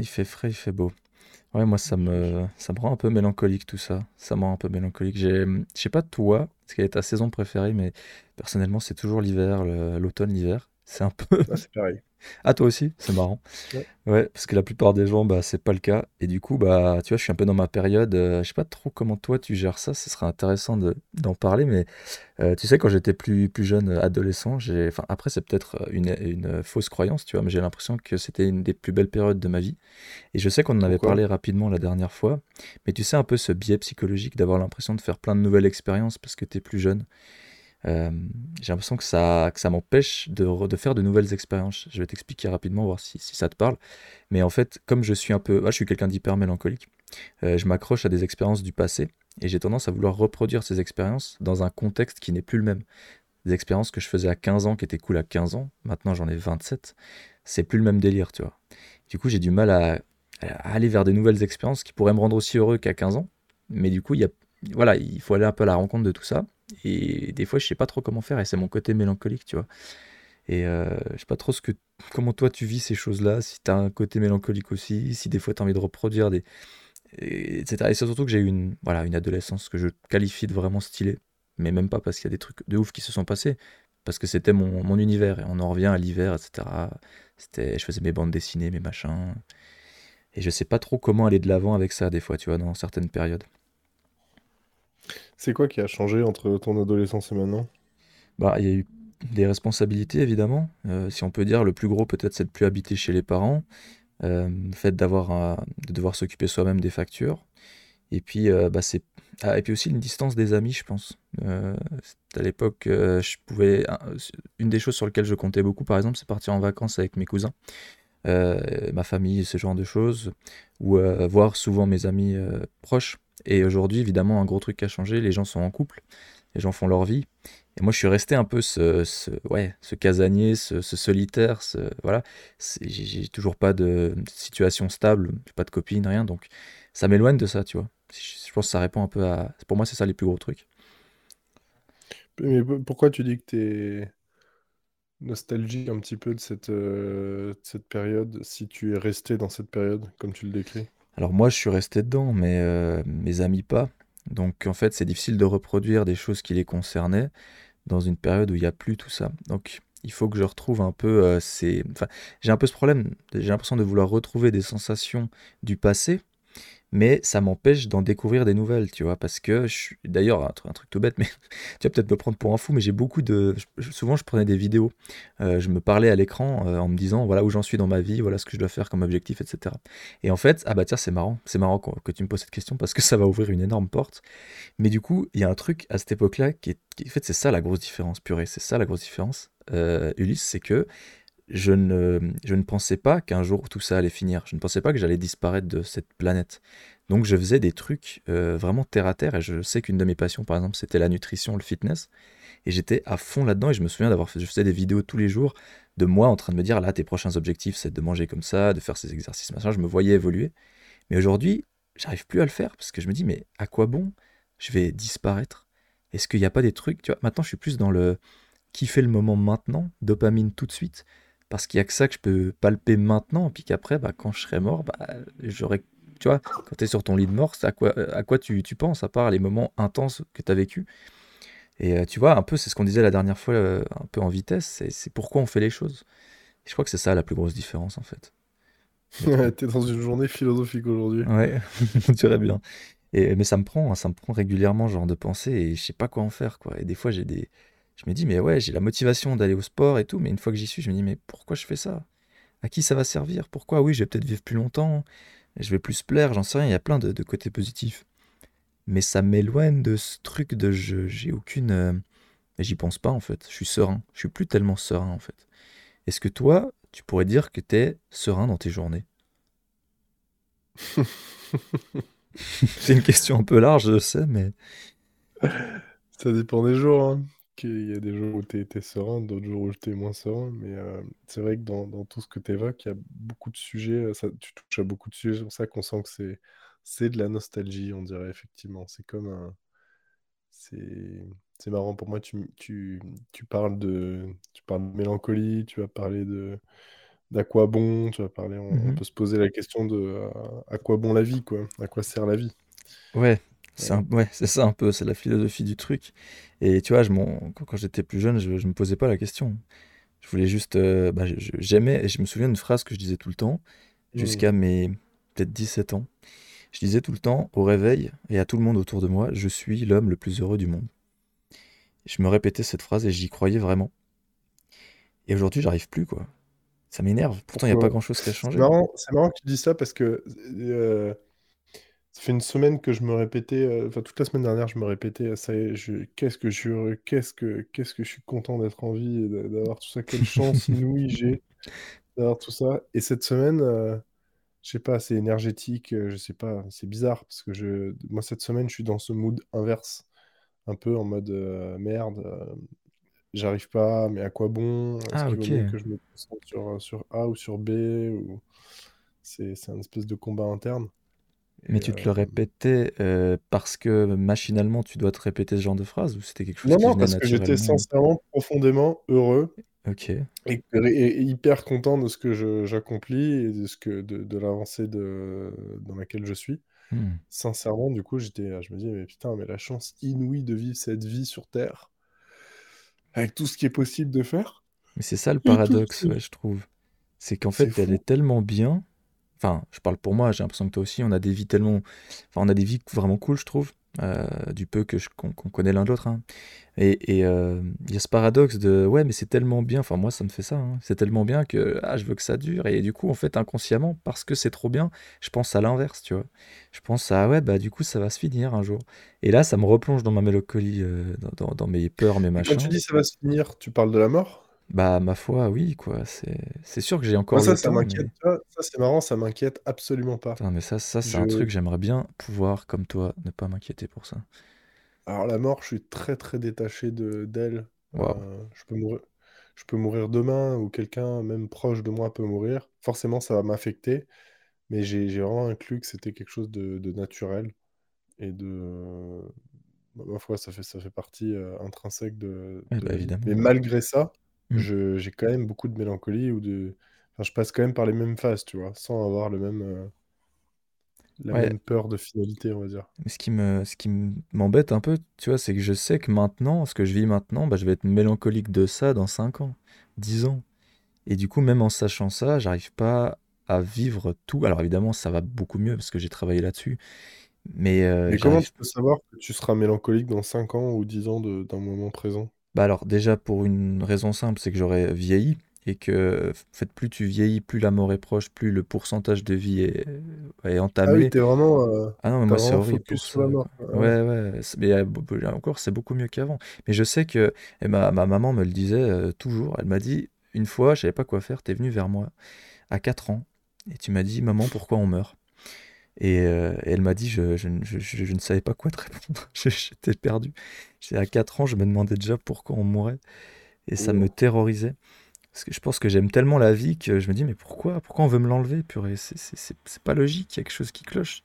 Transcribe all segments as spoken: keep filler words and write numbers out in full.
Il fait frais, il fait beau. Ouais, moi, ça Il fait chaud. me, ça me rend un peu mélancolique tout ça. Ça me rend un peu mélancolique. J'ai, je sais pas toi, ce quelle est ta saison préférée, mais personnellement, c'est toujours l'hiver, le- l'automne, l'hiver. C'est un peu. Ah, c'est pareil. Ah, toi aussi? C'est marrant. Ouais. Ouais, parce que la plupart des gens, bah, c'est pas le cas. Et du coup, bah, tu vois, je suis un peu dans ma période. Euh, je sais pas trop comment toi tu gères ça. Ce serait intéressant de, d'en parler, mais euh, tu sais, quand j'étais plus, plus jeune, euh, adolescent, j'ai, enfin, après, c'est peut-être euh, une, une euh, fausse croyance, tu vois, mais j'ai l'impression que c'était une des plus belles périodes de ma vie. Et je sais qu'on en avait Pourquoi? parlé rapidement la dernière fois, mais tu sais, un peu ce biais psychologique d'avoir l'impression de faire plein de nouvelles expériences parce que t'es plus jeune. Euh, j'ai l'impression que ça, que ça m'empêche de, re- de faire de nouvelles expériences. Je vais t'expliquer rapidement, voir si, si ça te parle. Mais en fait, comme je suis un peu. Ah, je suis quelqu'un d'hyper mélancolique, euh, je m'accroche à des expériences du passé et j'ai tendance à vouloir reproduire ces expériences dans un contexte qui n'est plus le même. Des expériences que je faisais à quinze ans, qui étaient cool à quinze ans, maintenant j'en ai vingt-sept, c'est plus le même délire, tu vois. Du coup, j'ai du mal à, à aller vers des nouvelles expériences qui pourraient me rendre aussi heureux qu'à quinze ans. Mais du coup, il y a, voilà, il faut aller un peu à la rencontre de tout ça. Et des fois, je sais pas trop comment faire, et c'est mon côté mélancolique, tu vois. Et euh, je sais pas trop ce que, comment toi tu vis ces choses-là, si t'as un côté mélancolique aussi, si des fois t'as envie de reproduire des, et- etc. Et c'est surtout que j'ai eu une, voilà, une adolescence que je qualifie de vraiment stylée, mais même pas parce qu'il y a des trucs de ouf qui se sont passés, parce que c'était mon, mon univers, et on en revient à l'hiver, et cetera. C'était, je faisais mes bandes dessinées, mes machins, et je sais pas trop comment aller de l'avant avec ça des fois, tu vois, dans certaines périodes. C'est quoi qui a changé entre ton adolescence et maintenant? Bah, il y a eu des responsabilités évidemment. Euh, si on peut dire, le plus gros peut-être c'est de plus habiter chez les parents, euh, le fait d'avoir un- de devoir s'occuper soi-même des factures. Et puis, euh, bah, c'est... ah, et puis aussi une distance des amis, je pense. Euh, c'est- à l'époque, euh, je pouvais... un- une des choses sur lesquelles je comptais beaucoup, par exemple, c'est partir en vacances avec mes cousins, euh, ma famille, ce genre de choses, ou euh, voir souvent mes amis euh, proches. Et aujourd'hui, évidemment, un gros truc qui a changé, les gens sont en couple, les gens font leur vie. Et moi, je suis resté un peu ce, ce, ouais, ce casanier, ce, ce solitaire, ce, voilà. C'est- J'ai j'ai toujours pas de, de situation stable, j'ai pas de copine, rien. Donc, ça m'éloigne de ça, tu vois. Je, je pense que ça répond un peu à... Pour moi, c'est ça les plus gros trucs. Mais p- pourquoi tu dis que t'es nostalgique un petit peu de cette, euh, de cette période, si tu es resté dans cette période, comme tu le décris? Alors moi, je suis resté dedans, mais euh, mes amis pas. Donc, en fait, c'est difficile de reproduire des choses qui les concernaient dans une période où il n'y a plus tout ça. Donc, il faut que je retrouve un peu euh, ces... Enfin, j'ai un peu ce problème, j'ai l'impression de vouloir retrouver des sensations du passé, mais ça m'empêche d'en découvrir des nouvelles, tu vois, parce que je suis... D'ailleurs, un, tru- un truc tout bête, mais tu vas peut-être me prendre pour un fou, mais j'ai beaucoup de... je- Souvent, je prenais des vidéos, euh, je me parlais à l'écran euh, en me disant, voilà où j'en suis dans ma vie, voilà ce que je dois faire comme objectif, et cetera. Et en fait, ah bah tiens, c'est marrant, c'est marrant qu'on- que tu me poses cette question, parce que ça va ouvrir une énorme porte. Mais du coup, il y a un truc à cette époque-là qui est... qui- En fait, c'est ça la grosse différence, purée, c'est ça la grosse différence, euh, Ulysse, c'est que je ne, je ne pensais pas qu'un jour tout ça allait finir. Je ne pensais pas que j'allais disparaître de cette planète. Donc je faisais des trucs euh, vraiment terre à terre et je sais qu'une de mes passions, par exemple, c'était la nutrition, le fitness. Et j'étais à fond là-dedans et je me souviens d'avoir fait, je faisais des vidéos tous les jours de moi en train de me dire, là, tes prochains objectifs, c'est de manger comme ça, de faire ces exercices, machin. Je me voyais évoluer. Mais aujourd'hui, j'arrive plus à le faire parce que je me dis, mais à quoi bon? Je vais disparaître. Est-ce qu'il n'y a pas des trucs, tu vois, maintenant je suis plus dans le kiffer le moment maintenant, dopamine tout de suite, parce qu'il y a que ça que je peux palper maintenant, et puis qu'après, bah, quand je serai mort, bah, j'aurais, tu vois, quand tu es sur ton lit de mort, c'est à quoi, à quoi tu, tu penses, à part les moments intenses que tu as vécu. Et euh, tu vois, un peu, c'est ce qu'on disait la dernière fois, euh, un peu en vitesse, c'est c'est pourquoi on fait les choses. Et je crois que c'est ça la plus grosse différence, en fait. Mais toi, T'es dans une journée philosophique aujourd'hui. ouais, on dirait bien. Et, mais ça me prend, hein, ça me prend régulièrement ce genre de pensée et je sais pas quoi en faire, quoi. Et des fois, j'ai des, je me dis, mais ouais, j'ai la motivation d'aller au sport et tout, mais une fois que j'y suis, je me dis, mais pourquoi je fais ça? À qui ça va servir? Pourquoi? Oui, je vais peut-être vivre plus longtemps, je vais plus se plaire, j'en sais rien, il y a plein de, de côtés positifs. Mais ça m'éloigne de ce truc de je, j'ai aucune, euh, j'y pense pas en fait. Je suis serein. Je suis plus tellement serein en fait. Est-ce que toi, tu pourrais dire que t'es serein dans tes journées? C'est une question un peu large, je sais, mais Ça dépend des jours, hein. Qu'il y a des jours où t'es t'es serein, d'autres jours où t'es moins serein. Mais euh, c'est vrai que dans, dans tout ce que tu évoques, il y a beaucoup de sujets. euh, Ça, tu touches à beaucoup de sujets. C'est pour ça qu'on sent que c'est c'est de la nostalgie, on dirait, effectivement. C'est comme un. C'est c'est marrant pour moi. Tu, tu, tu parles de, tu parles de mélancolie, tu as parlé de, d'à quoi bon, tu vas parler, on, on Mhm. peut se poser la question de euh, à quoi bon la vie, quoi, à quoi sert la vie. Ouais, c'est Euh, un- ouais, c'est ça un peu, c'est la philosophie du truc. Et tu vois, je m'en- quand, quand j'étais plus jeune, je, je me posais pas la question. Je voulais juste, euh, bah, je- je- j'aimais, et je me souviens d'une phrase que je disais tout le temps, hmm. jusqu'à mes peut-être dix-sept ans. Je disais tout le temps, au réveil, et à tout le monde autour de moi, je suis l'homme le plus heureux du monde. Je me répétais cette phrase et j'y croyais vraiment. Et aujourd'hui, j'arrive plus, quoi. Ça m'énerve. Pourtant, il n'y a pas Pourquoi? grand-chose qui a C'est changé. marrant, c'est marrant que tu dis ça parce que euh, ça fait une semaine que je me répétais, euh, enfin toute la semaine dernière, je me répétais, euh, ça y est, je, qu'est-ce que je suis heureux, qu'est-ce que, qu'est-ce que je suis content d'être en vie et d'a- d'avoir tout ça, quelle chance inouïe j'ai d'avoir tout ça. Et cette semaine, euh, je sais pas, c'est énergétique, euh, je sais pas, c'est bizarre parce que je, moi cette semaine, je suis dans ce mood inverse, un peu en mode euh, merde, euh, j'arrive pas, mais à quoi bon? Est-ce Ah, qu'il vaut ok. mieux que je me concentre sur, sur A ou sur B ou... C'est, c'est un espèce de combat interne. Mais Et, tu te euh, le répétais euh, parce que machinalement, tu dois te répéter ce genre de phrase ou c'était quelque chose Non, qui non, venait parce que j'étais naturellement? sincèrement, profondément heureux Ok. et, et- et hyper content de ce que je- j'accomplis et de, ce que, de, de l'avancée de, dans laquelle je suis. Hmm. Sincèrement, du coup, j'étais, je me disais, mais putain, mais la chance inouïe de vivre cette vie sur Terre, avec tout ce qui est possible de faire. Mais c'est ça le Et tout paradoxe, ce ouais, qui- je trouve. C'est qu'en C'est fait, elle fou. est tellement bien. Enfin, je parle pour moi, j'ai l'impression que toi aussi, on a des vies tellement. Enfin, on a des vies vraiment cool, je trouve. euh, du peu que je- qu'on qu'on connaît l'un de l'autre, hein. Et et, euh, il y a ce paradoxe de ouais, mais c'est tellement bien. Enfin, moi, ça me fait ça, hein. C'est tellement bien que ah, je veux que ça dure. Et du coup, en fait, inconsciemment, parce que c'est trop bien, je pense à l'inverse, tu vois. Je pense à ouais, bah du coup, ça va se finir un jour. Et là, ça me replonge dans ma mélancolie, euh, dans, dans- dans mes peurs, mes Et quand tu machins. dis ça va se finir, tu parles de la mort? Bah, ma foi, oui, quoi. C'est c'est sûr que j'ai Moi, encore ça, le ça temps, m'inquiète mais pas. Ça, c'est marrant, ça m'inquiète absolument pas. putain, mais ça, ça, c'est Je... un truc, j'aimerais bien pouvoir, comme toi, ne pas m'inquiéter pour ça. Alors, la mort, je suis très, très détaché de d'elle. Waouh. Euh, je peux mourir... je peux mourir demain ou quelqu'un, même proche de moi, peut mourir. Forcément, ça va m'affecter, mais j'ai j'ai vraiment inclus que c'était quelque chose de, de naturel et de... Ma foi, ça fait, ça fait partie euh, intrinsèque de, Ouais, de bah la vie. évidemment. Mais malgré ça, Hmm. je, j'ai quand même beaucoup de mélancolie ou de... Enfin, je passe quand même par les mêmes phases, tu vois, sans avoir le même, euh, la Ouais, même peur de finalité, on va dire. mais ce qui me, ce qui m- m'embête un peu, tu vois, c'est que je sais que maintenant, ce que je vis maintenant, bah, je vais être mélancolique de ça dans cinq ans, dix ans. Et du coup, même en sachant ça, j'arrive pas à vivre tout. Alors évidemment, ça va beaucoup mieux parce que j'ai travaillé là-dessus. Mais euh, Mais comment j'arrive. tu peux savoir que tu seras mélancolique dans cinq ans ou dix ans de- d'un moment présent? Bah alors déjà pour une raison simple, c'est que j'aurais vieilli et que en fait plus tu vieillis, plus la mort est proche, plus le pourcentage de vie est, est Ah oui, entamé. t'es vraiment, euh, Ah non, mais t'as moi c'est vraiment horrible focus pour sur ça, la quoi. mort, quoi. Ah ouais. Ouais, ouais, c'est- mais euh, bo- bo- encore c'est beaucoup mieux qu'avant. Mais je sais que et ma, ma maman me le disait euh, toujours. Elle m'a dit une fois, je savais pas quoi faire, t'es venu vers moi à quatre ans et tu m'as dit maman pourquoi on meurt? Et, euh, et elle m'a dit je, je, ne- je, je- je ne savais pas quoi te répondre. Je- J'étais perdu. J'étais à quatre ans, je me demandais déjà pourquoi on mourait et ça me Mm. terrorisait. Parce que je pense que j'aime tellement la vie que je me dis mais pourquoi? Pourquoi on veut me l'enlever? Purée, c'est c'est- c'est- c'est pas logique, il y a quelque chose qui cloche.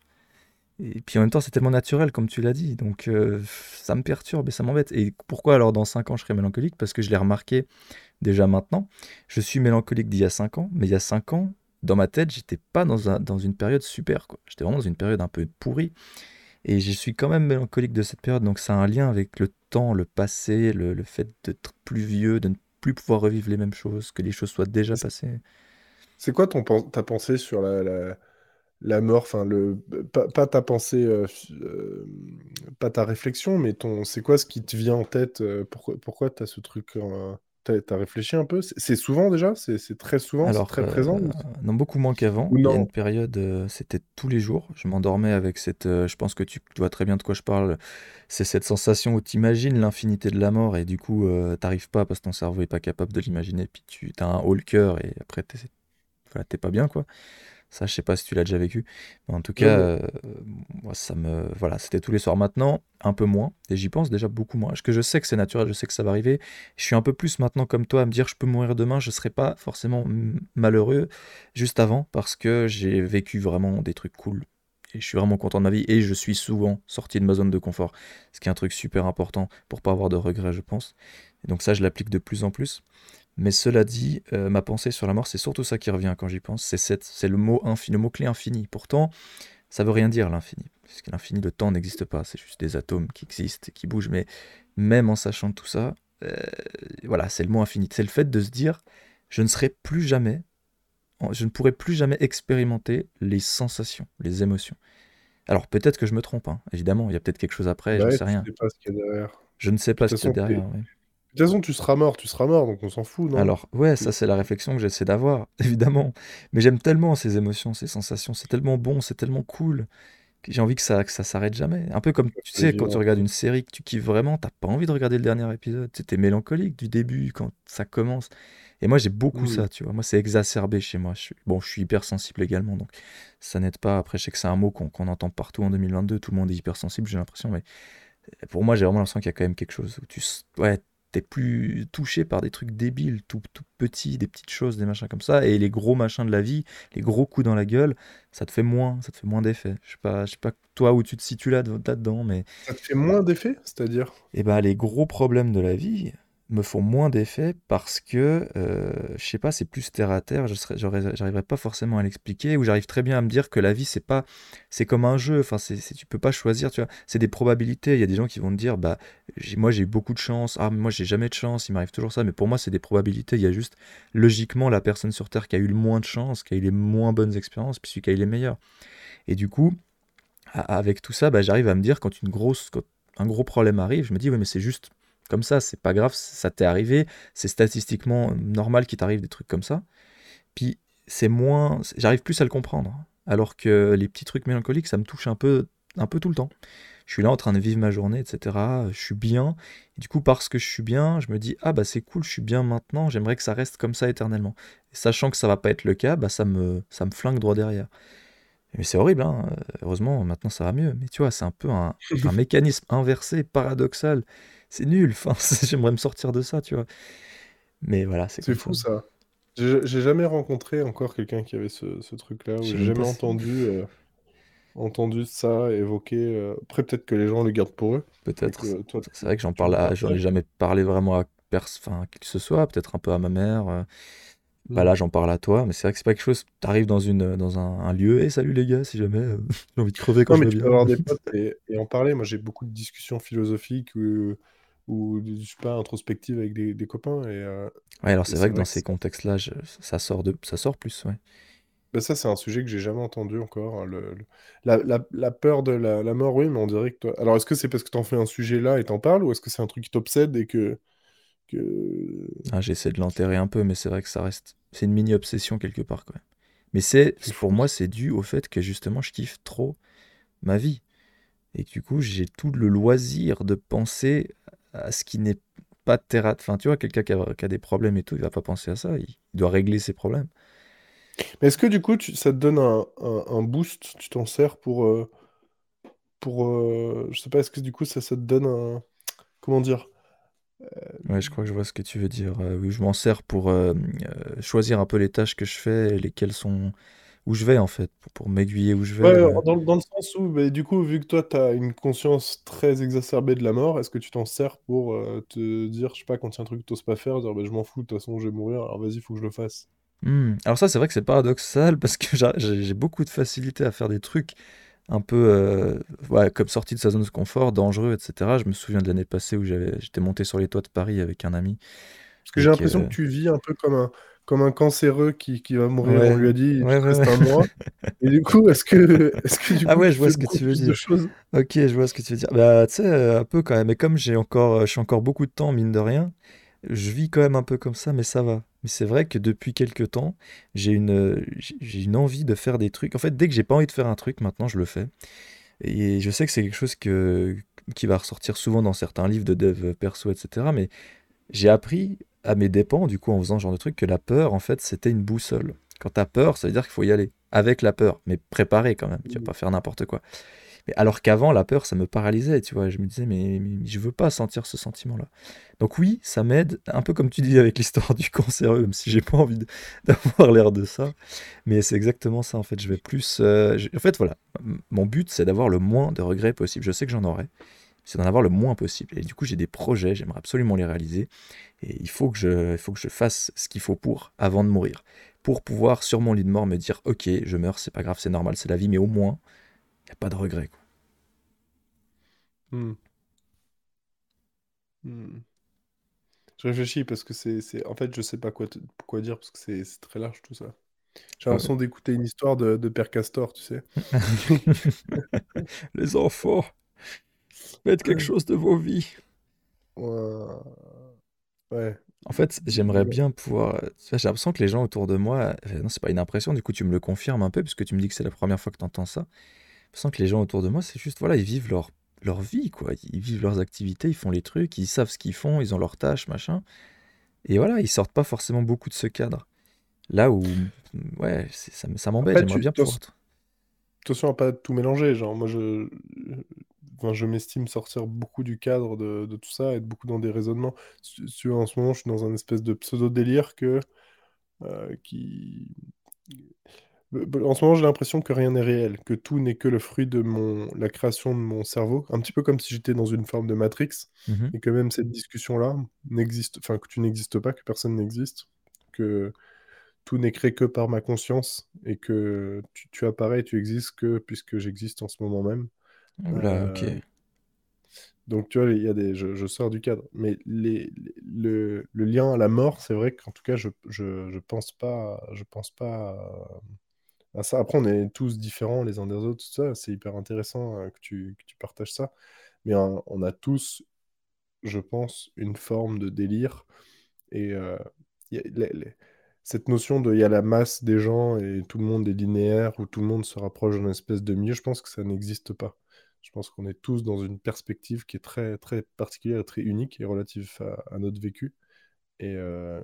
Et puis en même temps, c'est tellement naturel, comme tu l'as dit. Donc euh, ça me perturbe et ça m'embête. Et pourquoi alors dans cinq ans je serai mélancolique? Parce que je l'ai remarqué déjà maintenant. Je suis mélancolique d'il y a cinq ans, mais il y a cinq ans, dans ma tête, j'étais pas dans, un- dans une période super, quoi. J'étais vraiment dans une période un peu pourrie. Et je suis quand même mélancolique de cette période. Donc ça a un lien avec le temps, le passé, le, le fait d'être plus vieux, de ne plus pouvoir revivre les mêmes choses, que les choses soient déjà Et C'est passées. c'est quoi ton, pen- ta pensée sur la, la, la mort? Enfin, le, pas, pas ta pensée, euh, f- euh, pas ta réflexion, mais ton, c'est quoi ce qui te vient en tête? euh, Pourquoi, pourquoi t'as ce truc? euh, t'as, t'as réfléchi un peu? C'est c'est souvent déjà? C'est c'est très souvent? C'est Alors, très euh, présent? Ou, non, beaucoup moins qu'avant. ou Il y a non? une période, euh, c'était tous les jours. Je m'endormais avec cette. Euh, je pense que tu, tu vois très bien de quoi je parle. C'est cette sensation où tu imagines l'infinité de la mort et du coup, euh, t'arrives pas parce que ton cerveau est pas capable de l'imaginer. Puis tu as un haut le cœur et après, t'es voilà, t'es pas bien, quoi. Ça, je sais pas si tu l'as déjà vécu. Mais en tout Non, cas, non. euh, moi, ça me. Voilà, c'était tous les soirs. Maintenant, un peu moins. Et j'y pense déjà beaucoup moins. Parce que je sais que c'est naturel, je sais que ça va arriver. Je suis un peu plus maintenant comme toi à me dire je peux mourir demain, je serai pas forcément m- malheureux juste avant parce que j'ai vécu vraiment des trucs cool. Et je suis vraiment content de ma vie. Et je suis souvent sorti de ma zone de confort. Ce qui est un truc super important pour pas avoir de regrets, je pense. Et donc ça, je l'applique de plus en plus. Mais cela dit, euh, ma pensée sur la mort, c'est surtout ça qui revient quand j'y pense. C'est cette, c'est le mot infini, le mot-clé infini. Pourtant, ça veut rien dire l'infini. Parce que l'infini, le temps n'existe pas. C'est juste des atomes qui existent et qui bougent. Mais même en sachant tout ça, euh, voilà, c'est le mot infini. C'est le fait de se dire, je ne serai plus jamais, je ne pourrai plus jamais expérimenter les sensations, les émotions. Alors peut-être que je me trompe, hein. Évidemment, il y a peut-être quelque chose après, Bah j'en ouais, sais tu rien. sais pas ce qu'il y a derrière. Je ne sais Puis pas de ce toute qu'il y a façon, t'es- derrière, oui. de toute façon, tu seras mort, tu seras mort, donc on s'en fout, non? Alors, ouais, Tu- ça c'est la réflexion que j'essaie d'avoir, évidemment. Mais j'aime tellement ces émotions, ces sensations, c'est tellement bon, c'est tellement cool, que j'ai envie que ça, que ça s'arrête jamais. Un peu comme, tu faut les sais, quand tu vivre, regardes quoi. une série que tu kiffes vraiment, t'as pas envie de regarder le dernier épisode. Tu sais, t'es mélancolique du début, quand ça commence. Et moi, j'ai beaucoup Hmm. ça, tu vois. Moi, c'est exacerbé chez moi. Je suis... Bon, je suis hypersensible également, donc ça n'aide pas. Après, je sais que c'est un mot qu'on qu'on entend partout en deux mille vingt-deux, tout le monde est hypersensible, j'ai l'impression, mais pour moi, j'ai vraiment l'impression qu'il y a quand même quelque chose où tu s- ouais, t'es plus touché par des trucs débiles, tout, tout petits, des petites choses, des machins comme ça, et les gros machins de la vie, les gros coups dans la gueule, ça te fait moins, ça te fait moins d'effet. Je sais pas, je sais pas toi où tu te situes là, là-dedans, mais Ça te fait moins d'effet, c'est-à-dire? et ben, les gros problèmes de la vie me font moins d'effet parce que, euh, je sais pas, c'est plus terre à terre, je serais, j'aurais- j'arriverais pas forcément à l'expliquer, ou j'arrive très bien à me dire que la vie, c'est pas, c'est comme un jeu, enfin, c'est, c'est- tu peux pas choisir, tu vois, c'est des probabilités, il y a des gens qui vont te dire, bah, j'ai- moi j'ai eu beaucoup de chance, ah, moi j'ai jamais de chance, il m'arrive toujours ça, mais pour moi c'est des probabilités, il y a juste, logiquement, la personne sur Terre qui a eu le moins de chance, qui a eu les moins bonnes expériences, puis celui qui a eu les meilleures. Et du coup, a- avec tout ça, bah, j'arrive à me dire quand une grosse, quand un gros problème arrive, je me dis, ouais, mais c'est juste comme ça, c'est pas grave, ça t'est arrivé, c'est statistiquement normal qu'il t'arrive des trucs comme ça. Puis c'est moins, j'arrive plus à le comprendre. Alors que les petits trucs mélancoliques, ça me touche un peu, un peu tout le temps. Je suis là en train de vivre ma journée, et cetera. Je suis bien. Et du coup, parce que je suis bien, je me dis, ah bah c'est cool, je suis bien maintenant, j'aimerais que ça reste comme ça éternellement. Et sachant que ça va pas être le cas, bah ça me, ça me flingue droit derrière. Mais c'est horrible, hein. euh, Heureusement, maintenant ça va mieux. Mais tu vois, c'est un peu un, un mécanisme inversé, paradoxal. C'est nul. Enfin, c'est- j'aimerais me sortir de ça, tu vois. Mais voilà, c'est C'est comme ça. fou ça. J'ai j'ai jamais rencontré encore quelqu'un qui avait ce, ce truc-là, Je ou sais j'ai même jamais pas si. entendu, euh, entendu ça évoqué. euh, Après, peut-être que les gens le gardent pour eux, et Peut-être. que toi, C'est tu, vrai que j'en tu parle le à... j'en ai partages. jamais parlé vraiment à pers... enfin, à qui que ce soit. Peut-être un peu à ma mère. euh. Bah Hmm. là, j'en parle à toi. Mais c'est vrai que c'est pas quelque chose. T'arrives dans une, dans un, un lieu. Et salut les gars, si jamais euh, j'ai envie de crever quand Non, je mais vais tu peux bien. avoir des potes et, et en parler. Moi, j'ai beaucoup de discussions philosophiques ou, ou je sais pas, introspectives avec des, des copains. Et, euh, Ouais, alors et c'est vrai c'est que dans vrai que ces ça, contextes-là, je- ça sort de... ça sort plus, ouais. ben ça, c'est un sujet que j'ai jamais entendu encore, hein, le, le- la, la- la peur de la, la mort, oui, mais on dirait que toi. Alors, est-ce que c'est parce que t'en fais un sujet là et t'en parles, ou est-ce que c'est un truc qui t'obsède et que, que... Ah, j'essaie de l'enterrer un peu, mais c'est vrai que ça reste. C'est une mini-obsession quelque part, quoi. Mais c'est, C'est pour fou, moi, ça. c'est dû au fait que justement, je kiffe trop ma vie. Et que du coup, j'ai tout le loisir de penser à ce qui n'est pas terre à... Enfin, tu vois, quelqu'un qui a, qui a des problèmes et tout, il va pas penser à ça. Il, il doit régler ses problèmes. Mais est-ce que du coup, tu- ça te donne un, un- un boost, tu t'en sers pour, euh, pour euh, je sais pas, est-ce que du coup, ça, ça te donne un, comment dire? Ouais, je crois que je vois ce que tu veux dire. Euh, oui, je m'en sers pour euh, euh, choisir un peu les tâches que je fais et lesquelles sont... Où je vais, en fait, pour, pour m'aiguiller où je Ouais, vais. euh. dans, dans le sens où, bah, du coup, vu que toi, tu as une conscience très exacerbée de la mort, est-ce que tu t'en sers pour euh, te dire, je sais pas, quand il y a un truc que tu n'oses pas faire, dire, bah, je m'en fous, de toute façon, je vais mourir, alors vas-y, il faut que je le fasse. Hmm. Alors ça, c'est vrai que c'est paradoxal parce que j'a- j'ai j'ai beaucoup de facilité à faire des trucs un peu euh, ouais, comme sorti de sa zone de confort, dangereux, et cetera. Je me souviens de l'année passée où j'avais, j'étais monté sur les toits de Paris avec un ami Parce que et j'ai l'impression que que tu vis un peu comme un, comme un cancéreux qui, qui va mourir, on ouais, lui a dit, il ouais, te ouais, reste ouais. un mois. Et du coup, est-ce que, est-ce que du Ah coup, ouais, tu je vois fais ce que beaucoup tu veux plus de dire. choses? Ok, je vois ce que tu veux dire. Bah, tu sais, euh, un peu quand même. Et comme j'ai encore, euh, je suis encore beaucoup de temps, mine de rien, je vis quand même un peu comme ça, mais ça va. Mais c'est vrai que depuis quelques temps, j'ai une, euh, j'ai j'ai une envie de faire des trucs. En fait, dès que j'ai pas envie de faire un truc, maintenant, je le fais. Et je sais que c'est quelque chose que, qui va ressortir souvent dans certains livres de dev perso, et cetera. Mais j'ai appris à mes dépens, du coup, en faisant ce genre de truc, que la peur, en fait, c'était une boussole. Quand t'as peur, ça veut dire qu'il faut y aller. Avec la peur, mais préparé quand même. Tu vas Mm. pas faire n'importe quoi. Mais alors qu'avant, la peur, ça me paralysait, tu vois. Je me disais, mais, mais, mais je veux pas sentir ce sentiment-là. Donc oui, ça m'aide, un peu comme tu dis avec l'histoire du cancéreux, même si j'ai pas envie de- d'avoir l'air de ça. Mais c'est exactement ça, en fait. Je vais plus... euh, je- En fait, voilà. M- Mon but, c'est d'avoir le moins de regrets possible. Je sais que j'en aurai. c'est d'en avoir le moins possible. Et du coup, j'ai des projets, j'aimerais absolument les réaliser. Et il faut que je, il faut que je fasse ce qu'il faut pour avant de mourir. Pour pouvoir, sur mon lit de mort, me dire, ok, je meurs, c'est pas grave, c'est normal, c'est la vie, mais au moins, il n'y a pas de regret, quoi. Hmm. Hmm. Je réfléchis parce que c'est, c'est... En fait, je sais pas quoi, te- quoi dire parce que c'est c'est très large tout ça. J'ai Ouais. l'impression d'écouter une histoire de, de Père Castor, tu sais. Les enfants, faites quelque chose de vos vies. Ouais. Ouais. En fait, j'aimerais bien pouvoir. euh, tu vois, j'ai l'impression que les gens autour de moi. euh, Non, c'est pas une impression, du coup, tu me le confirmes un peu, puisque tu me dis que c'est la première fois que tu entends ça. J'ai l'impression que les gens autour de moi, c'est juste, voilà, ils vivent leur, leur vie, quoi. Ils vivent leurs activités, ils font les trucs, ils savent ce qu'ils font, ils ont leurs tâches, machin. Et voilà, ils sortent pas forcément beaucoup de ce cadre. Là où, ouais, c'est- ça, m- ça m'embête, Après, j'aimerais tu... bien pouvoir. t- attention à pas tout mélanger. Genre, moi, je, enfin, je m'estime sortir beaucoup du cadre de, de tout ça, être beaucoup dans des raisonnements. Si- si en ce moment, je suis dans un espèce de pseudo-délire que, euh, qui... En ce moment, j'ai l'impression que rien n'est réel, que tout n'est que le fruit de mon... la création de mon cerveau. Un petit peu comme si j'étais dans une forme de Matrix, Mhm. et que même cette discussion-là n'existe, enfin, que tu n'existes pas, que personne n'existe, que tout n'est créé que par ma conscience, et que tu, tu apparais, tu existes que puisque j'existe en ce moment même. Oula, ok. Euh, donc, tu vois, il y a des, je, je sors du cadre. Mais les, les- le, le lien à la mort, c'est vrai qu'en tout cas, je, je, je pense pas, je pense pas à, à ça. Après, on est tous différents les uns des autres, tout ça. C'est hyper intéressant euh, que tu, que tu partages ça. Mais euh, on a tous, je pense, une forme de délire. Et euh, il y a- les- les- cette notion de il y a la masse des gens et tout le monde est linéaire ou tout le monde se rapproche d'une espèce de milieu, je pense que ça n'existe pas. Je pense qu'on est tous dans une perspective qui est très, très particulière et très unique et relative à, à notre vécu. Et, euh,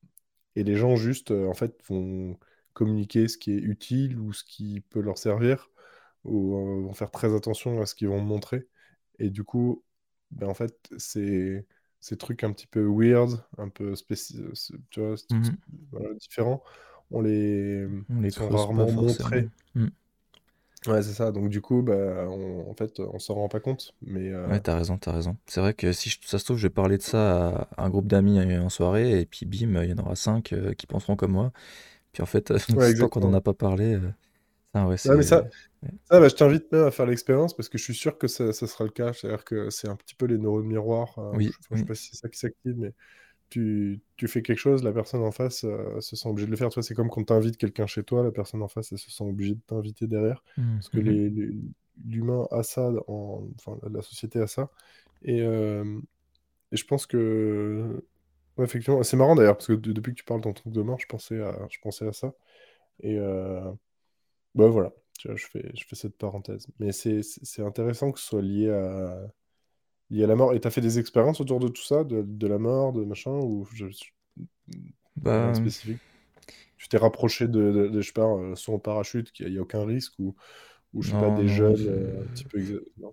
et les gens, juste, euh, en fait, vont communiquer ce qui est utile ou ce qui peut leur servir, ou euh, vont faire très attention à ce qu'ils vont montrer. Et du coup, ben, en fait, c'est ces trucs un petit peu weird, un peu spéci... tu vois, ces trucs Mhm. voilà, différents, on les On les sont creuse pas rarement forcément. montrés. Mhm. Ouais, c'est ça. Donc du coup, bah, on- en fait, on s'en rend pas compte. Mais Ouais, euh, t'as raison, t'as raison. C'est vrai que si je- ça se trouve, je vais parler de ça à un groupe d'amis euh, en soirée, et puis bim, il y en aura cinq euh, qui penseront comme moi. Puis en fait, ouais, tant qu'on n'en exactement. a pas parlé, euh, ça, ouais, Ouais, mais ça, c'est. Ouais. ça bah, je t'invite même à faire l'expérience parce que je suis sûr que ça, ça sera le cas. C'est-à-dire que c'est un petit peu les neurones miroirs. Euh, ou Oui, je, enfin, je sais oui. pas si c'est ça qui s'active, mais tu, tu fais quelque chose, la personne en face euh, se sent obligée de le faire. Tu vois, c'est comme quand tu invites quelqu'un chez toi, la personne en face, elle se sent obligée de t'inviter derrière. Mhm, Parce que mhm. les, les- l'humain a ça, en, enfin, la la société a ça. Et, euh, et je pense que. Ouais, effectivement, c'est marrant d'ailleurs, parce que de- depuis que tu parles de ton truc de mort, je pensais à, je pensais à ça. Et euh, bah voilà, tu vois, je fais, je fais cette parenthèse. Mais c'est c'est- c'est intéressant que ce soit lié à, lié à la mort. Et tu as fait des expériences autour de tout ça, de, de la mort, de machin, ou je, rien de Bah, spécifique? Tu t'es rapproché de, de, de, je sais pas, euh, saut en parachute, qu'il n'y a, aucun risque, ou, ou je sais pas, non, des non. jeunes je- euh, un petit peu exa- non.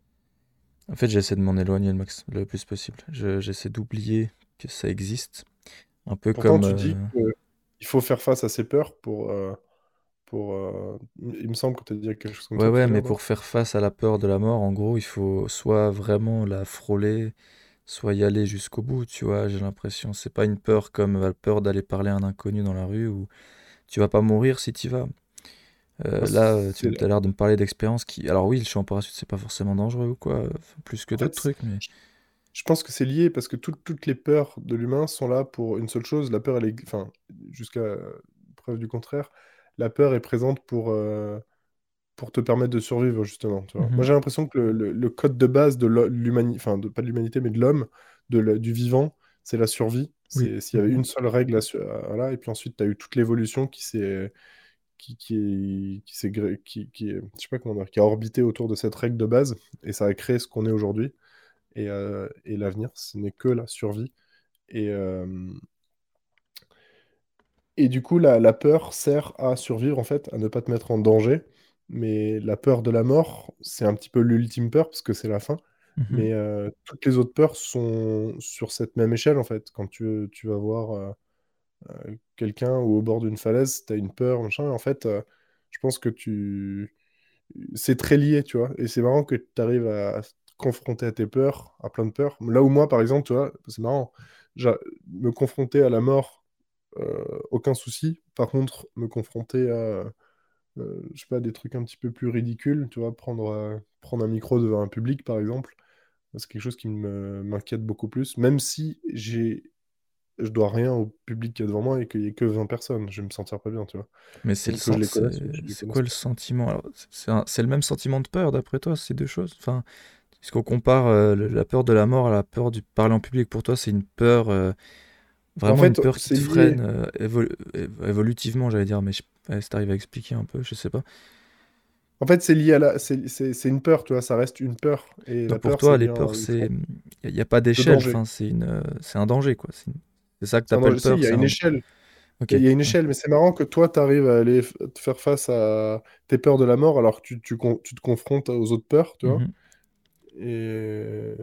En fait, j'essaie de m'en éloigner le max, le plus possible. Je- j'essaie d'oublier que ça existe. Un peu Pourtant, comme. tu dis euh, qu'il faut faire face à ses peurs pour... euh, pour euh, il me semble que tu as dit quelque chose comme Ouais, ça tout ouais, à mais l'heure, non? pour faire face à la peur de la mort, en gros, il faut soit vraiment la frôler, soit y aller jusqu'au bout, tu vois, j'ai l'impression. C'est pas une peur comme la peur d'aller parler à un inconnu dans la rue où tu vas pas mourir si tu vas. Moi, Euh, là, euh, tu c'est... as l'air de me parler d'expérience qui. Alors oui, le chant en parachute, c'est pas forcément dangereux ou quoi, enfin, plus que En d'autres fait, trucs, mais. je pense que c'est lié parce que toutes toutes les peurs de l'humain sont là pour une seule chose. La peur, elle est, enfin, jusqu'à euh, preuve du contraire, la peur est présente pour, euh, pour te permettre de survivre, justement. Tu vois. Moi, Mhm, j'ai l'impression que le, le- le code de base de l'humanité, enfin, de, pas de l'humanité, mais de l'homme, de la- du vivant, c'est la survie. oui. C'est s'il y avait Mhm, une seule règle, à su- à- voilà, et puis ensuite, tu as eu toute l'évolution qui s'est qui, qui, est- qui, s'est gré- qui, qui est- je sais pas comment dire, qui a orbité autour de cette règle de base, et ça a créé ce qu'on est aujourd'hui. Et, euh, et l'avenir, ce n'est que la survie. Et, euh, et du coup, la, la peur sert à survivre, en fait, à ne pas te mettre en danger. Mais la peur de la mort, c'est un petit peu l'ultime peur, parce que c'est la fin. mhm. Mais euh, toutes les autres peurs sont sur cette même échelle, en fait. Quand tu, tu vas voir euh, euh, quelqu'un ou au bord d'une falaise, tu as une peur, machin. En fait, euh, je pense que tu... c'est très lié, tu vois. Et c'est marrant que tu arrives à confronté à tes peurs, à plein de peurs. Là où moi, par exemple, tu vois, c'est marrant, j'a- me confronter à la mort, euh, aucun souci. Par contre, me confronter à, euh, je sais pas, des trucs un petit peu plus ridicules, tu vois, prendre, euh, prendre un micro devant un public, par exemple, c'est quelque chose qui me, m'inquiète beaucoup plus, même si j'ai, je dois rien au public qui est devant moi et qu'il y ait que vingt personnes, je vais me sentir pas bien, tu vois. Mais c'est le Même que je sen- les c'est connaisse ou que je les c'est connaisse quoi le pas. sentiment? Alors, c'est c'est un- c'est le même sentiment de peur d'après toi, ces deux choses? Enfin, est-ce qu'on compare euh, le- la peur de la mort à la peur du parler en public? Pour toi, c'est une peur, euh, En vraiment une fait, peur qui c'est te lié. freine euh, évo- é- évolutivement, j'allais dire, mais je, ouais, si t'arrives à expliquer un peu, je sais pas. En fait, c'est lié à la. C'est c'est- c'est une peur, tu vois, ça reste une peur. Et la Donc pour peur, ça toi, les vient peurs, euh, une c'est, forme il n'y a, pas de d'échelle, danger. enfin, c'est une, euh, c'est un danger, quoi. C'est une- c'est ça que C'est un t'appelles danger. Si, il peur, y a c'est une un. échelle. Ok. Il y a il y a une Ouais. échelle, mais c'est marrant que toi, tu arrives à aller f- te faire face à tes peurs de la mort alors que tu, tu, con- tu te confrontes aux autres peurs, tu vois. Mhm. Et,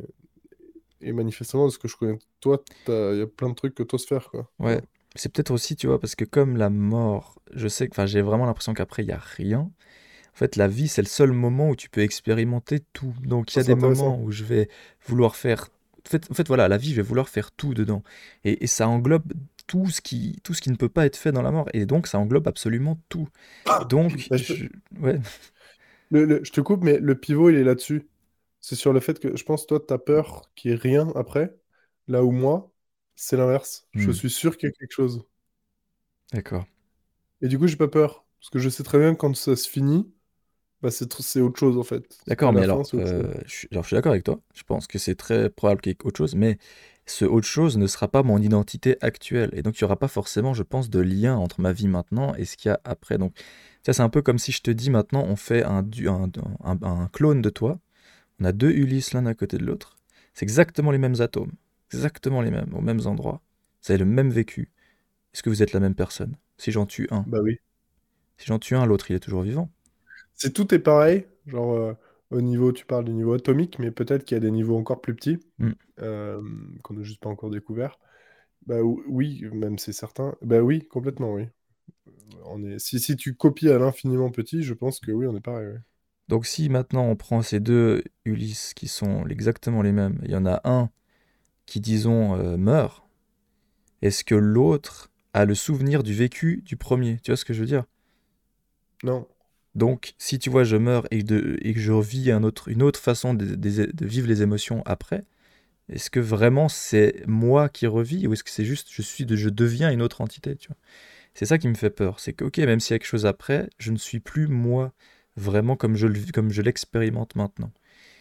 et manifestement, de ce que je connais de toi, t'as- il y a plein de trucs que tu oses faire, quoi. Tu Ouais. vois. C'est peut-être aussi, tu vois, parce que comme la mort, je sais que, enfin, j'ai vraiment l'impression qu'après, il n'y a rien. En fait, la vie, c'est le seul moment où tu peux expérimenter tout. Donc, il y Ça, a c'est des intéressant. moments où je vais vouloir faire. En fait, en fait, voilà, la vie, je vais vouloir faire tout dedans. Et, et ça englobe tout ce qui, tout ce qui ne peut pas être fait dans la mort. Et donc, ça englobe absolument tout. Donc, Bah, je, te je... ouais. le- le- je te coupe, mais le pivot, il est là-dessus. C'est sur le fait que je pense, toi, tu as peur qu'il n'y ait rien après, là où moi, c'est l'inverse. Je Hmm, suis sûr qu'il y a quelque chose. d'accord. Et du coup, j'ai pas peur. Parce que je sais très bien que quand ça se finit, bah, c'est tr- c'est autre chose, en fait. À D'accord, mais la fin, alors, c'est autre chose. euh, je suis, alors, je suis d'accord avec toi. Je pense que c'est très probable qu'il y ait autre chose, mais ce autre chose ne sera pas mon identité actuelle. Et donc, il n'y aura pas forcément, je pense, de lien entre ma vie maintenant et ce qu'il y a après. Donc, ça, c'est un peu comme si je te dis maintenant, on fait un, du- un, un- un clone de toi. On a deux Ulysse l'un à côté de l'autre. C'est exactement les mêmes atomes, exactement les mêmes, aux mêmes endroits. Vous avez le même vécu. Est-ce que vous êtes la même personne? Si j'en tue un, Bah oui. si j'en tue un, l'autre, il est toujours vivant. C'est tout est pareil. Genre, euh, au niveau, tu parles du niveau atomique, mais peut-être qu'il y a des niveaux encore plus petits, Hmm. euh, qu'on n'a juste pas encore découvert. Bah ou- oui, même c'est certain. Bah oui, complètement, oui. On est... si, si tu copies à l'infiniment petit, je pense que oui, on est pareil. Ouais. Donc si maintenant on prend ces deux Ulysse qui sont exactement les mêmes, il y en a un qui, disons, euh, meurt, est-ce que l'autre a le souvenir du vécu du premier? Tu vois ce que je veux dire? Non. Donc si tu vois, je meurs et, de- et que je revis un autre, une autre façon de, de- de vivre les émotions après, est-ce que vraiment c'est moi qui revis ou est-ce que c'est juste je suis de, je deviens une autre entité, tu vois? C'est ça qui me fait peur, c'est que ok, même s'il y a quelque chose après, je ne suis plus moi vraiment comme je le, vis- comme je l'expérimente maintenant.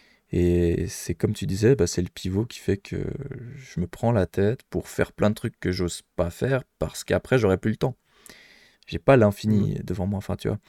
Et c'est comme tu disais, bah, c'est le pivot qui fait que je me prends la tête pour faire plein de trucs que j'ose pas faire parce qu'après j'aurai plus le temps. J'ai pas Hmm. l'infini devant moi, enfin tu vois.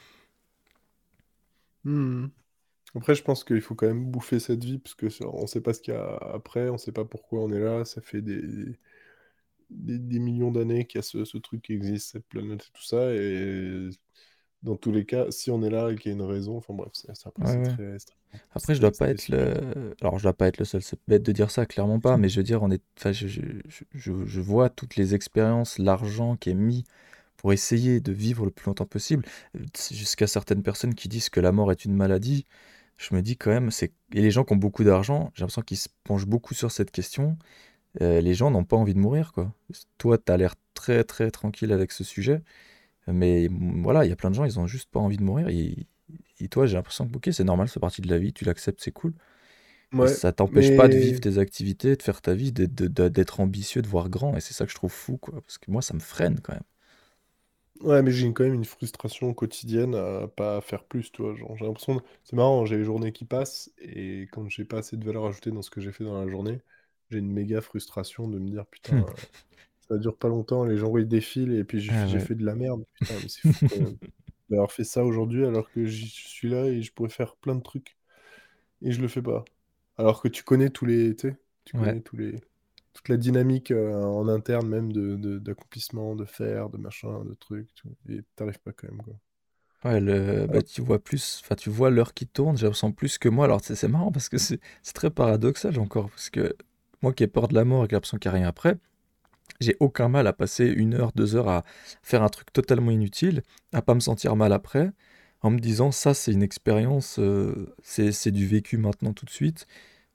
Hmm. Après, je pense qu'il faut quand même bouffer cette vie, parce que ça- on sait pas ce qu'il y a après, on sait pas pourquoi on est là, ça fait des, des, des millions d'années qu'il y a ce, ce truc qui existe, cette planète et tout ça, et dans tous les cas, si on est là et qu'il y a une raison, enfin bref, c'est- c'est- après Ouais, c'est ouais. très, c'est Après, je très- dois c'est pas des être sujets. le. Alors, je dois pas être le seul, c'est bête de dire ça, clairement pas, mais je veux dire, on est. Enfin, je, je, je, je- je vois toutes les expériences, l'argent qui est mis pour essayer de vivre le plus longtemps possible, euh, jusqu'à certaines personnes qui disent que la mort est une maladie. Je me dis quand même, c'est. Et les gens qui ont beaucoup d'argent, j'ai l'impression qu'ils se penchent beaucoup sur cette question. Euh, les gens n'ont pas envie de mourir, quoi. Toi, tu as l'air très, très tranquille avec ce sujet, mais mm, voilà, il y a plein de gens, ils ont juste pas envie de mourir. Et, et toi, j'ai l'impression que, ok, c'est normal, c'est partie de la vie, tu l'acceptes, c'est cool. Et Ouais, ça t'empêche pas de vivre mais tes activités, de faire ta vie, d'être de- de- d'être ambitieux, de voir grand. Et c'est ça que je trouve fou, quoi. Parce que moi, ça me freine quand même. ouais, mais j'ai quand même une frustration quotidienne à pas faire plus, tu vois. Genre, j'ai l'impression, de- c'est marrant, j'ai les journées qui passent et quand j'ai pas assez de valeur ajoutée dans ce que j'ai fait dans la journée, j'ai une méga frustration de me dire putain, ça dure pas longtemps, les gens ils défilent et puis j'ai Ah j'ai ouais. fait de la merde, putain, mais c'est fou quand même d'avoir fait ça aujourd'hui alors que j'y suis là et je pourrais faire plein de trucs et je le fais pas. Alors que tu connais tous les, tu sais, tu Ouais. connais tous les, toute la dynamique euh, en interne même de, de- d'accomplissement, de faire, de machin, de trucs, tu vois, et t'arrives pas quand même, quoi. Ouais, le, bah, Alors, tu vois plus, enfin, tu vois l'heure qui tourne, j'ai l'impression plus que moi. Alors, c'est c'est marrant parce que c'est c'est très paradoxal encore. Parce que moi qui ai peur de la mort et qui ai l'impression qu'il n'y a rien après, j'ai aucun mal à passer une heure, deux heures à faire un truc totalement inutile, à pas me sentir mal après, en me disant ça, c'est une expérience, euh, c'est c'est du vécu maintenant tout de suite.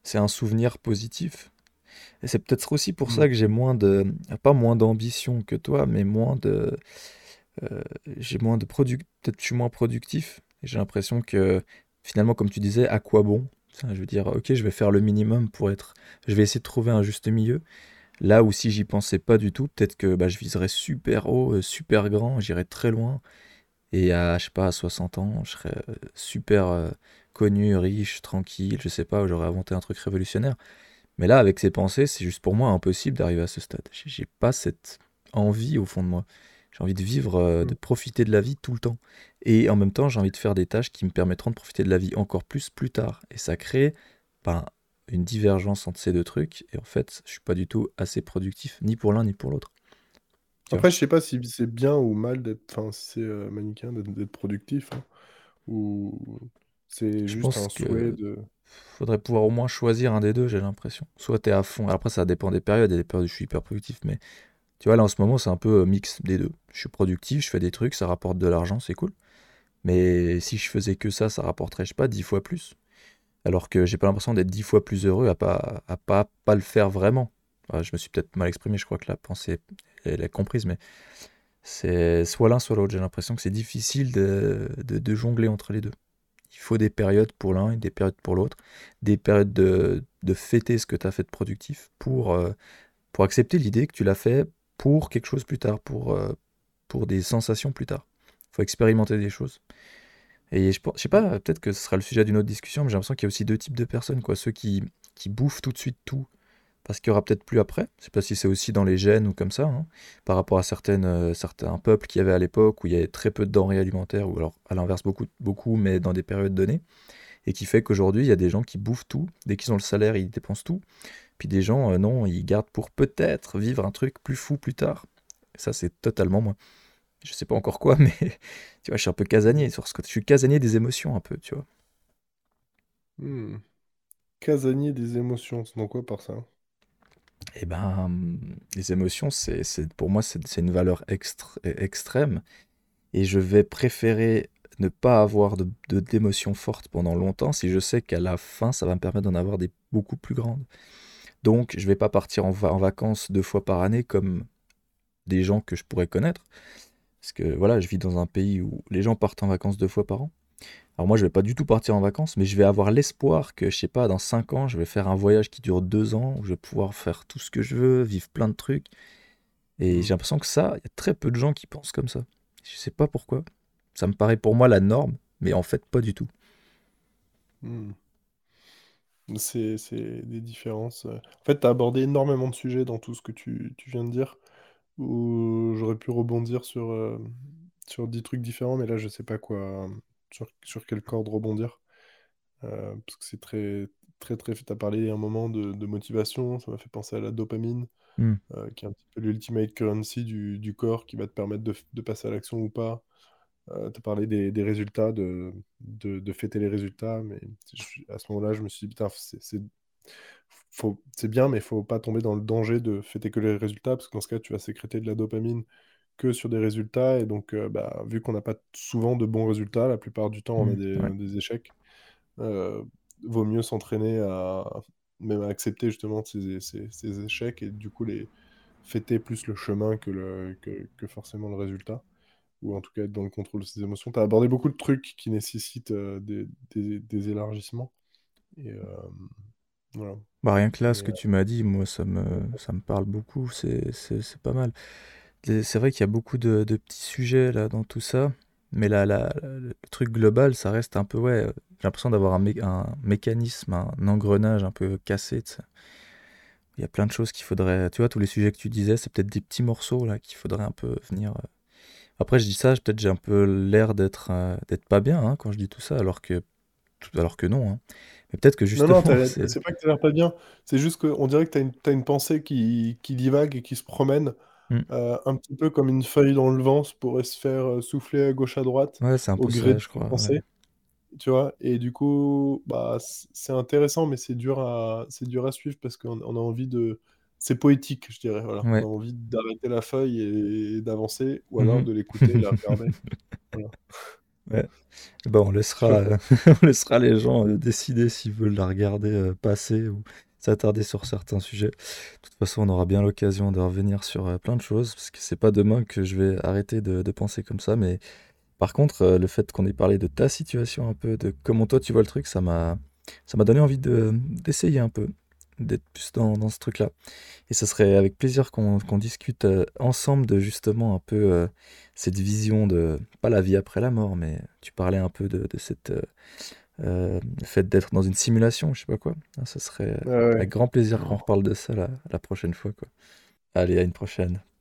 c'est un souvenir positif. Et c'est peut-être aussi pour Hmm. ça que j'ai moins de, pas moins d'ambition que toi, mais moins de, euh, j'ai moins de produc, peut-être que je suis moins productif. Et j'ai l'impression que finalement, comme tu disais, à quoi bon? Enfin, je veux dire, ok, je vais faire le minimum pour être, je vais essayer de trouver un juste milieu. Là où si j'y pensais pas du tout, peut-être que bah, je viserais super haut, euh, super grand, j'irais très loin. Et à, je sais pas, à soixante ans, je serais euh, super euh, connu, riche, tranquille, je sais pas, j'aurais inventé un truc révolutionnaire. Mais là, avec ces pensées, c'est juste pour moi impossible d'arriver à ce stade. J'ai j'ai pas cette envie au fond de moi. J'ai envie de vivre, euh, de Hmm. profiter de la vie tout le temps. Et en même temps, j'ai envie de faire des tâches qui me permettront de profiter de la vie encore plus plus tard. Et ça crée ben, une divergence entre ces deux trucs. Et en fait, je suis pas du tout assez productif, ni pour l'un ni pour l'autre. Tu vois? Après, je sais pas si c'est bien ou mal d'être, enfin, si c'est euh, manichéen d'être d'être productif, hein, ou c'est Je juste pense un que souhait de. faudrait pouvoir au moins choisir un des deux, j'ai l'impression. Soit t'es à fond. Après, ça dépend des périodes. Il y a des périodes où je suis hyper productif, mais tu vois, là en ce moment, c'est un peu euh, mix des deux. Je suis productif, je fais des trucs, ça rapporte de l'argent, c'est cool. Mais si je faisais que ça, ça rapporterait, je sais pas, dix fois plus. Alors que j'ai pas l'impression d'être dix fois plus heureux à pas, à pas, pas le faire vraiment. Ouais, je me suis peut-être mal exprimé, je crois que la pensée, elle est comprise, mais c'est soit l'un, soit l'autre. J'ai l'impression que c'est difficile de, de, de jongler entre les deux. Il faut des périodes pour l'un et des périodes pour l'autre. Des périodes de, de fêter ce que tu as fait de productif pour, euh, pour accepter l'idée que tu l'as fait pour quelque chose plus tard, pour, euh, pour des sensations plus tard. Il faut expérimenter des choses. Et je, pense- je sais pas, peut-être que ce sera le sujet d'une autre discussion, mais j'ai l'impression qu'il y a aussi deux types de personnes, quoi. Ceux qui, qui bouffent tout de suite tout, parce qu'il y aura peut-être plus après. Je sais pas si c'est aussi dans les gènes ou comme ça, hein, par rapport à certaines, euh, certains peuples qu'il y avait à l'époque où il y avait très peu de denrées alimentaires, ou alors à l'inverse beaucoup, beaucoup, mais dans des périodes données, et qui fait qu'aujourd'hui il y a des gens qui bouffent tout, dès qu'ils ont le salaire ils dépensent tout, puis des gens euh, non, ils gardent pour peut-être vivre un truc plus fou plus tard. Et ça c'est totalement moi. Je sais pas encore quoi, mais tu vois, je suis un peu casanier sur ce côté. Je suis casanier des émotions un peu, tu vois. Hmm. Casanier des émotions, c'est dans quoi par ça? Et ben, les émotions, c'est, c'est, pour moi, c'est c'est une valeur extra- extrême. Et je vais préférer ne pas avoir de, de- d'émotions fortes pendant longtemps si je sais qu'à la fin, ça va me permettre d'en avoir des beaucoup plus grandes. Donc, je vais pas partir en, va- en vacances deux fois par année comme des gens que je pourrais connaître. Parce que voilà, je vis dans un pays où les gens partent en vacances deux fois par an. Alors moi, je vais pas du tout partir en vacances, mais je vais avoir l'espoir que, je sais pas, dans cinq ans, je vais faire un voyage qui dure deux ans, où je vais pouvoir faire tout ce que je veux, vivre plein de trucs. Et Hmm. j'ai l'impression que ça, il y a très peu de gens qui pensent comme ça. Je sais pas pourquoi. Ça me paraît pour moi la norme, mais en fait pas du tout. Hmm. C'est, c'est des différences. euh. En fait, tu as abordé énormément de sujets dans tout ce que tu, tu viens de dire, où j'aurais pu rebondir sur, euh, sur dix trucs différents, mais là, je sais pas quoi, sur, sur quelle corde rebondir. Euh, parce que c'est très, très, très... Tu as parlé un moment de, de motivation, ça m'a fait penser à la dopamine, Hmm. euh, qui est un petit peu l'ultimate currency du, du corps, qui va te permettre de, de passer à l'action ou pas. Euh, tu as parlé des, des résultats, de, de, de fêter les résultats, mais je- à ce moment-là, je me suis dit, putain, c'est c'est- faut- c'est bien, mais il faut pas tomber dans le danger de fêter que les résultats, parce que dans ce cas, tu vas sécréter de la dopamine que sur des résultats, et donc, euh, bah, vu qu'on n'a pas souvent de bons résultats, la plupart du temps, on a Hmm. des, Ouais. des échecs, euh, vaut mieux s'entraîner à même à accepter justement ces, ces- ces échecs, et du coup, les fêter plus le chemin que, le, que, que forcément le résultat, ou en tout cas être dans le contrôle de ses émotions. Tu as abordé beaucoup de trucs qui nécessitent euh, des, des- des élargissements. Et euh, voilà. Bah rien que là, ce Mais, que euh, tu m'as dit, moi, ça me, ça me parle beaucoup. C'est, c'est, c'est pas mal. Et c'est vrai qu'il y a beaucoup de, de petits sujets là dans tout ça, mais là, là, le truc global, ça reste un peu, ouais. euh, J'ai l'impression d'avoir un, mé- un mécanisme, un engrenage un peu cassé, tu sais. Il y a plein de choses qu'il faudrait. Tu vois, tous les sujets que tu disais, c'est peut-être des petits morceaux là qu'il faudrait un peu venir. euh, Après, je dis ça, peut-être j'ai un peu l'air d'être euh, d'être pas bien hein, quand je dis tout ça, alors que, tout- alors que non. hein. Mais peut-être que Non, non, justement, t'as- c'est. c'est pas que tu l'air pas bien. C'est juste qu'on dirait que tu as une, t'as une pensée qui, qui divague et qui se promène, Hmm. euh, un petit peu comme une feuille dans le vent, ça pourrait se faire euh, souffler à gauche à droite Ouais, c'est un au peu gré ça, de je tes crois. Ouais. pensées. Tu vois, et du coup, bah, c- c'est intéressant, mais c'est dur à, c'est dur à suivre parce qu'on on a envie de. C'est poétique, je dirais. Voilà. On a Ouais. envie d'arrêter la feuille et, et d'avancer, ou alors Mhm. de l'écouter et la regarder. Voilà. Ouais. Bah, on Je laissera, sais euh, pas. on laissera les gens euh, décider s'ils veulent la regarder euh, passer ou s'attarder sur certains sujets. De toute façon, on aura bien l'occasion de revenir sur euh, plein de choses, parce que c'est pas demain que je vais arrêter de, de penser comme ça. Mais par contre, euh, le fait qu'on ait parlé de ta situation un peu, de comment toi tu vois le truc, ça m'a, ça m'a donné envie de, d'essayer un peu, d'être plus dans, dans ce truc-là. Et ce serait avec plaisir qu'on qu'on discute euh, ensemble de justement un peu euh, cette vision de, pas la vie après la mort, mais tu parlais un peu de, de cette euh, euh, le fait d'être dans une simulation, je sais pas quoi. Ah, ça serait euh, Ouais, ouais. avec grand plaisir qu'on reparle de ça la, la prochaine fois, quoi. Allez, à une prochaine.